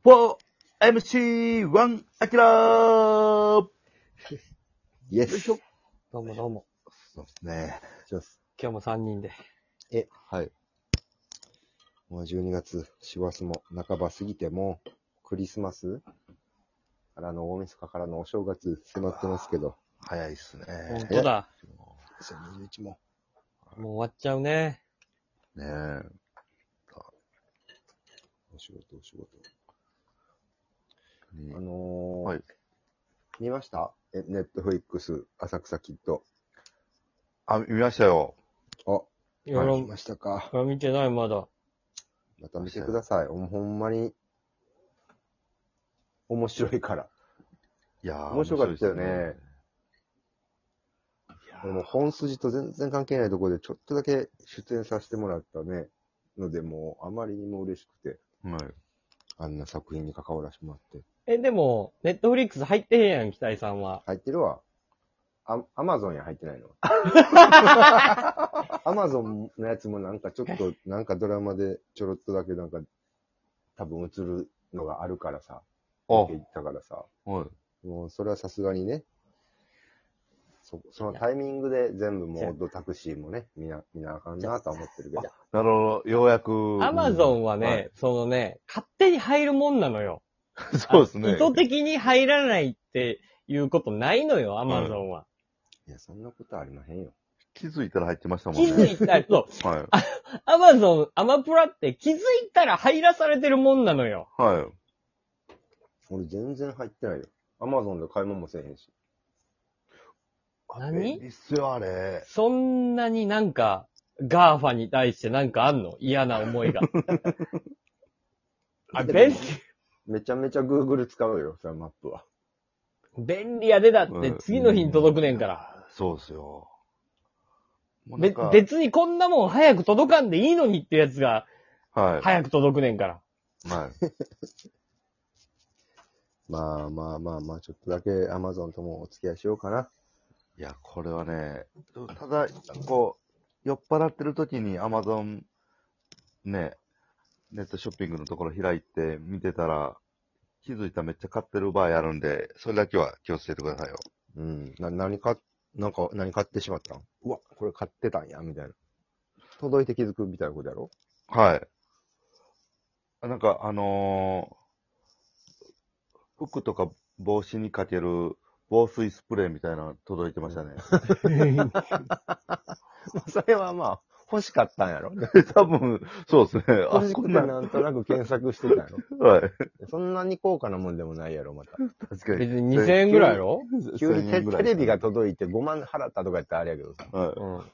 4MC1 アキラーイエス。 よいしょ。どうもどうも。 そうですね。 今日も3人で。 はい。 もう12月、師走も半ば過ぎて、もうクリスマスからの大晦日からのお正月迫ってますけど。 早いっすね。 本当だ。 2021も。 もう終わっちゃうね。 ねえ。 お仕事。 はい。 見ましたネットフリックス、浅草キッド。 あ、見ましたよ。 あ、 いや、 見ましたか。 見てない、まだ。 また見てください。ほんまに、面白いから。 いやー、 面白かったよね面白いっすいや俺も本筋と全然関係ないところでちょっとだけ出演させてもらったね。ので、もうあまりにも嬉しくて、 ーはい。 あんな作品に関わらせてもらって。 でも、ネットフリックス入ってへんやん、北井さんは。 入ってるわ。アマゾンや入ってないの。アマゾンのやつもなんかちょっと、なんかドラマでちょろっとだけなんか、多分映るのがあるからさ。 あ、 言ったからさ。 はい。 もうそれはさすがにね。そのタイミングで全部モードタクシーもね、見なあかんなとは思ってるけど。 なるほど。ようやく。 アマゾンはね、 はいそのね、勝手に入るもんなのよ。 そうですね。 意図的に入らないっていうことないのよ、アマゾンは。 いや、そんなことありまへんよ。 気づいたら入ってましたもんね。 気づいたら、そう、 はい。 アマゾン、アマプラって気づいたら入らされてるもんなのよ。 はい。 俺全然入ってないよ。アマゾンで買い物もせえへんし。 何便利っすよ、あれ。 そんなになんか、ガーファに対してなんかあんの嫌な思いが。あ、便利、 めちゃめちゃ Google 使うよ、そのマップは。 便利やでだって次の日に届くねんから。 そうっすよ。もうなんか別にこんなもん早く届かんでいいのにってやつがはい。 早く届くねんから。 はい。 まあ、ちょっとだけ Amazon ともお付き合いしようかな。 いや、これはね、ただ、こう、酔っ払ってる時に Amazon ね、ネットショッピングのところ開いて見てたら、気づいたらめっちゃ買ってる場合あるんで、それだけは気をつけてくださいよ。 うん。何買ってしまったん？うわ、これ買ってたんや、みたいな。届いて気づくみたいなことやろ？ はい。なんか、服とか帽子にかける防水スプレーみたいなの届いてましたね。 それはまあ、欲しかったんやろ？ 多分、そうですね。 欲しくてなんとなく検索してたんやろ？ はい。 そんなに高価なもんでもないやろ、また。 確かに。 別に2000円ぐらいやろ急に 1000円ぐらいテレビが届いて5万払ったとかやったらあれやけどさ。 はい。 うん。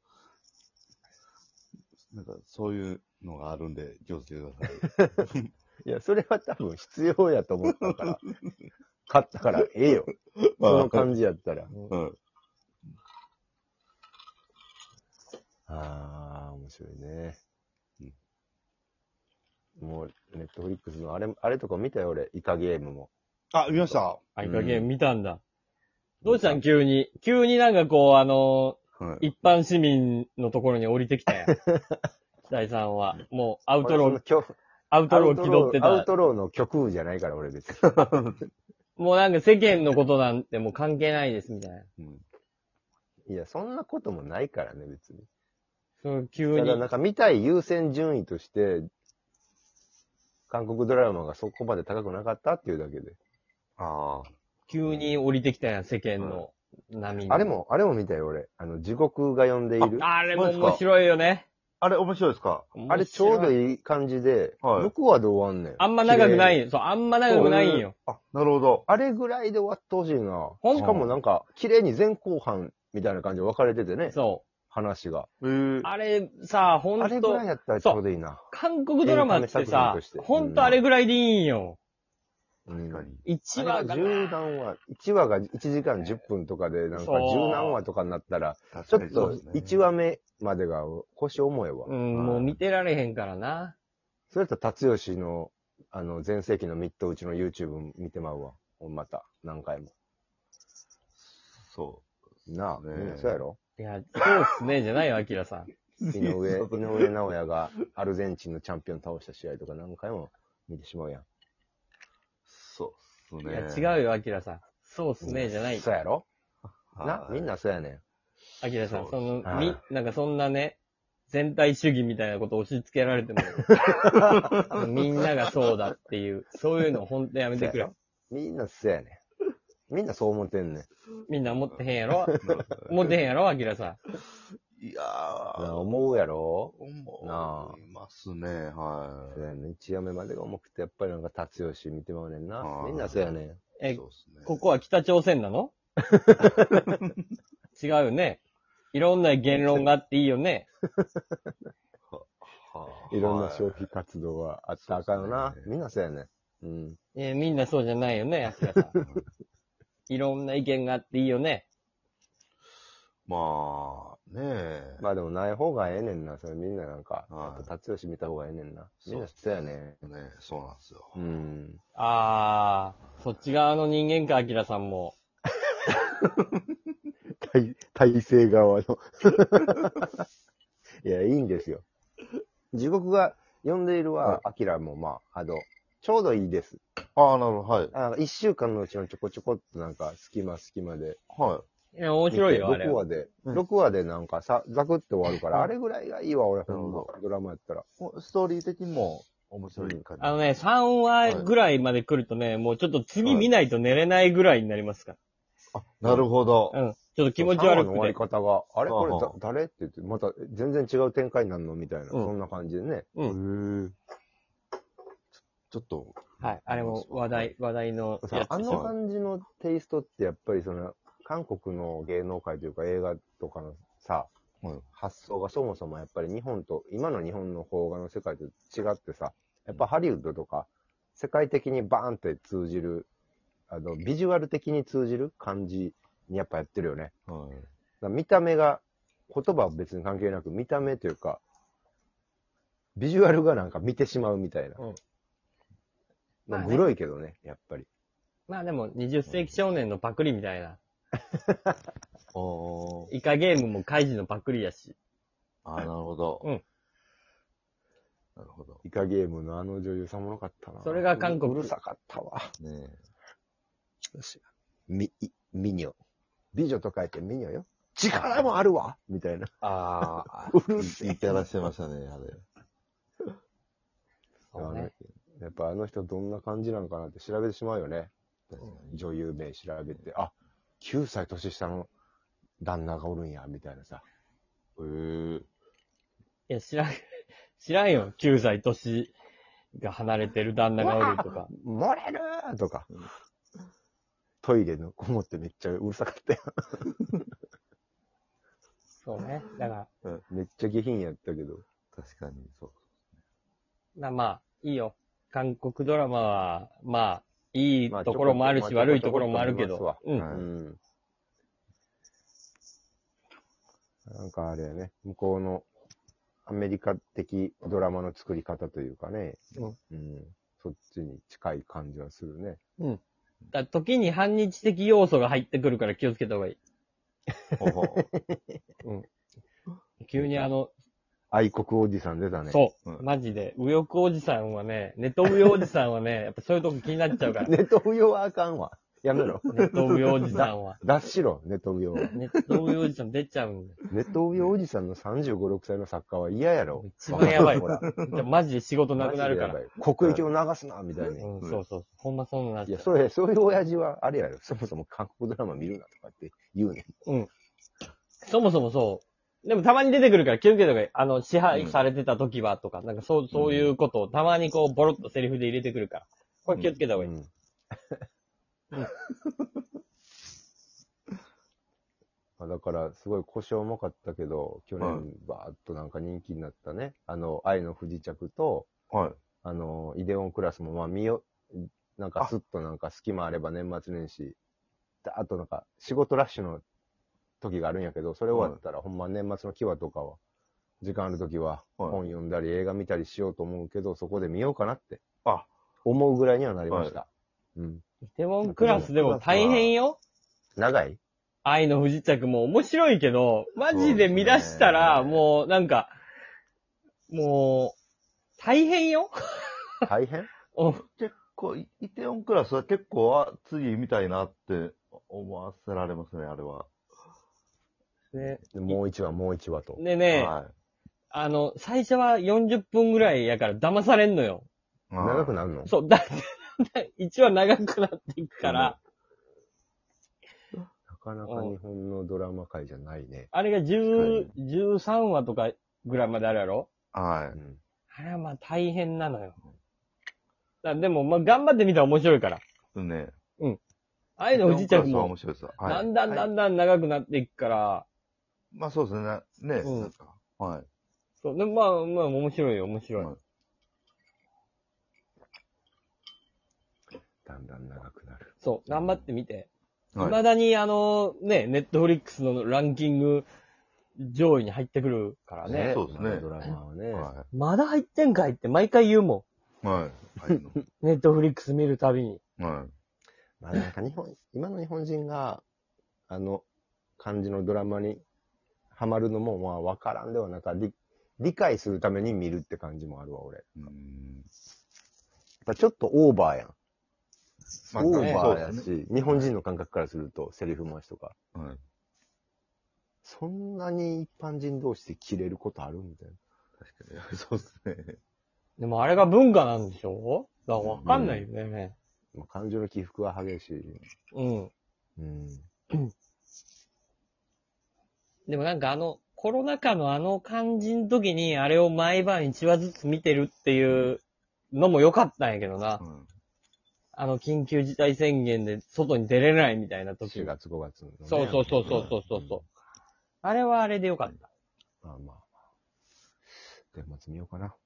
なんか、そういうのがあるんで、気をつけてください。 いや、それは多分必要やと思ったから、買ったからええよ。その感じやったら。 はい。 ああ、面白いね。もう、ネットフリックスのあれとか見たよ、俺。イカゲームも。 あ、見ましたあいかゲーム見たんだ。どうしたん急に。急になんかこう、 はい。 一般市民のところに降りてきたやん。北井さんは。もう、アウトロー気取ってた。 アウトローの曲じゃないから、俺別に。 もうなんか世間のことなんてもう関係ないですみたいな。 うんいや、そんなこともないからね、別に。 そう急にただなん。か見たい優先順位として、韓国ドラマがそこまで高くなかったっていうだけで。 ああ。 急に降りてきたやん、世間の波に。 あれも見たよ、俺。地獄が呼んでいる。 あれも面白いよね。 あれ、面白いですか？ あれちょうどい。 いい感じで、 はい向こうはどう終わんねん。 あんま長くな綺麗に。 い。そう、あんま長くないんよ。 あ、なるほど。 あれぐらいで終わってほしいな。 ほんしかもなんか、綺麗に前後半みたいな感じで分かれててね、 そ話が。 う。あれさ、ほんあれぐらいと、 やったらちょうどいいな。 韓国ドラマってエンタメ作さ品として、 ほんとあれぐらいでいいんよ。 確かに。 1 あれが話が 10何話、1話が1時間10分とかで、なんかそう 10何話とかになったら、 確かちょっとにそうですね。 1話目までが腰重いわ。 うん、もう見てられへんからな。 それやったら達吉の、前世紀のミット打ちの YouTube 見てまうわ。また、何回も。 そなあ、 ねえみんなそうやろ？ いや、そうっすね、じゃないよ、アキラさん。 井上尚弥がアルゼンチンのチャンピオン倒した試合とか何回も見てしまうやん。 そうっすいね。 や、違うよ、アキラさん。そうっすね、じゃない。 そうやろはいみんなそうやねん。 アキラさん、 はいなんかそんなね、全体主義みたいなことを押し付けられても、みんながそうだっていう、そういうのほんとやめてくれ。 みんなそうやねん。みんなそう思ってんねん。 みんな思ってへんやろ思ってへんやろアキラさいや思うやろ思いますね、はそうやねん。1話目までが重くて、やっぱりなんか達吉見てまうねんなは。いみんなそうやねん。 ん。 そうっすね。 ここは北朝鮮なの違うよね。いろんな言論があっていいよね。 いろんな消費活動はあったらあかんよなそう。ですねみんなそうやねん。うん。 みんなそうじゃないよね、アキラさん。いろんな意見があっていいよね。 まあ、ねえ。 まあでもない方がええねんな。それみんななんか、 はいやっぱ達吉見た方がええねんな。みんなそうやねん。 ねそうなんですよ。 うん。 そっち側の人間か、アキラさんも。 体制側の。いや、いいんですよ。地獄が呼んでいるは、アキラもまあ、ちょうどいいです。 ああ、なるほど、はい。 一週間のうちのちょこちょこっとなんか、隙間で。 はいや、面白いよ、あれ 6 は。 話で、 うん 6話でなんかザクって終わるから、 うんあれぐらいがいいわ、俺、ほんまなるほどドラマやったら。 い。ストーリー的にも面白い感じ。 3話ぐらいまで来るとね、もうちょっと次見ないと寝れないぐらいになりますかあ、なるほど。 ら。うん。ちょっと気持ち悪 3話の終わりくて。 方が、あれこれはあはあ誰って言って、また全然違う展開になるのみたいな、 うんそんな感じでね。 うん。 へえ。ちょっと。 はい。あれも話題のやつであすよ。 の感じのテイストってやっぱりその、韓国の芸能界というか映画とかのさ、 はい発想がそもそもやっぱり今の日本の邦画の世界と違ってさ、やっぱハリウッドとか、世界的にバーンって通じる、ビジュアル的に通じる感じにやっぱやってるよね。 はい。 だから見た目が、言葉は別に関係なく、見た目というか、ビジュアルがなんか見てしまうみたいな。 うんまあ、 まあねグロいけどね、やっぱり。 まあでも、20世紀少年のパクリみたいな。 おイカゲームもカイジのパクリやし。 ああ、なるほど。 うん。 なるほど。 イカゲームの女優さんもろかったな。 それが韓国うるさかったわ。 ねミニョ。美女と書いてミニョよ。力もあるわみたいな。 ああ、 うるせえ言ってらっしゃいましたね、あれ。 そうね。 やっぱあの人どんな感じなのかなって調べてしまうよね。 確か女優名調べて。あ、9歳年下の旦那がおるんや、みたいなさ。 に。へえ。 いや、知らんよ。9歳年が離れてる旦那がおるとか。 漏れるーとか。トイレのこもってめっちゃうるさかったよ。 そうね。だから、 めっちゃ下品やったけど。 確かに、そう。 まあ、いいよ。韓国ドラマは、まあ、いいまあところもあるし、 ちょこちょこ悪いところもあるけどちょこちょこ。 うん。 はいうん。なんかあれやね、向こうのアメリカ的ドラマの作り方というかね、そっちに近い感じはするね。 だ時に反日的要素が入ってくるから気をつけた方がいい。 ほうほ急に愛国おじさん出たね。 そう、 うんマジで、右翼おじさんはね、ネトウヨおじさんはね、やっぱそういうとこ気になっちゃうから。 ネトウヨはあかんわ。やめろ。 ネトウヨおじさんは。 脱しろ、ネトウヨは。 ネトウヨおじさん出ちゃうんだよ。 ネトウヨおじさんの35、6歳の作家は嫌やろ。 一番やばい。 ほら。 じゃマジで仕事なくなるから。 マジでやばい国益を流すな、みたいに。 うん、そうそう。ほんまそんななっいや、 ちゃう。 そういう親父は、あれやろ。そもそも韓国ドラマ見るなとかって言うねん。 そもそもそう。でもたまに出てくるから気をつけた方がいい。支配されてた時はとか、なんかそういうことをたまにこう、ボロッとセリフで入れてくるから。これ気をつけた方がいい。 だから、すごい腰重かったけど、去年、バーっとなんか人気になったね。愛の不時着と、 はい。 イデオンクラスも、まあ、なんかスッとなんか隙間あれば年末年始、あとなんか仕事ラッシュの時があるんやけど、それ終わったら、ほんま年末の際とかは、時間ある時は本読んだり映画見たりしようと思うけど、そこで見ようかなって思うぐらいにはなりました。 イテウォンクラスでも大変よ。 長い愛の不時着も面白いけど、マジで見出したら、もうなんか、もう、大変よ。 大変うんイテオンクラスは結構、次見たいなって思わせられますね、あれは。 ね。 でもう1話、もう1話と。 でね、 は最初は40分ぐらいやから騙されんのよ。 い。 長くなるのそう、1話長くなっていくから、 なかなか日本のドラマ界じゃないね。 あれが13話とかぐらいまであるやろはうんあれはまあ大変なのよ。でも、まあ頑張ってみたら面白いから。 い。ね。 ああいうの藤ちゃんイテオンクラスはも面、白いです。 だんだんだんだん長くなっていくから、 まあそうですね。ね、 うんなんか。はい。 そう、でもまあ面白いよ、面白い。 はいだんだん長くなる。 そう、頑張ってみて。 はい未だにネットフリックスのランキング上位に入ってくるからね。 そうですねあのドラマはね。 はまだ入ってんかいって毎回言うもい。はい。はい。 ん。ネットフリックス見るたびに。 はい。 まあなんか今の日本人が、あの感じのドラマにハマるのもまあわからんではなく理解するために見るって感じもあるわ、俺。やっぱちょっとオーバーやん。 まあオーバーやそうですねし、日本人の感覚からすると、セリフ回しとか。 はい。 そんなに一般人同士で切れることあるみたいな。 確かに。そうですね。 でもあれが文化なんでしょだからわかんないよね。 まあ感情の起伏は激しい。 うん。 うん。 でもなんかコロナ禍の感じの時にあれを毎晩1話ずつ見てるっていうのも良かったんやけどな。 うん緊急事態宣言で外に出れないみたいな時。 4月5月の、ね。 そうそうそうそうそう。あれはあれでよかった。 まあまあ。年末見ようかな。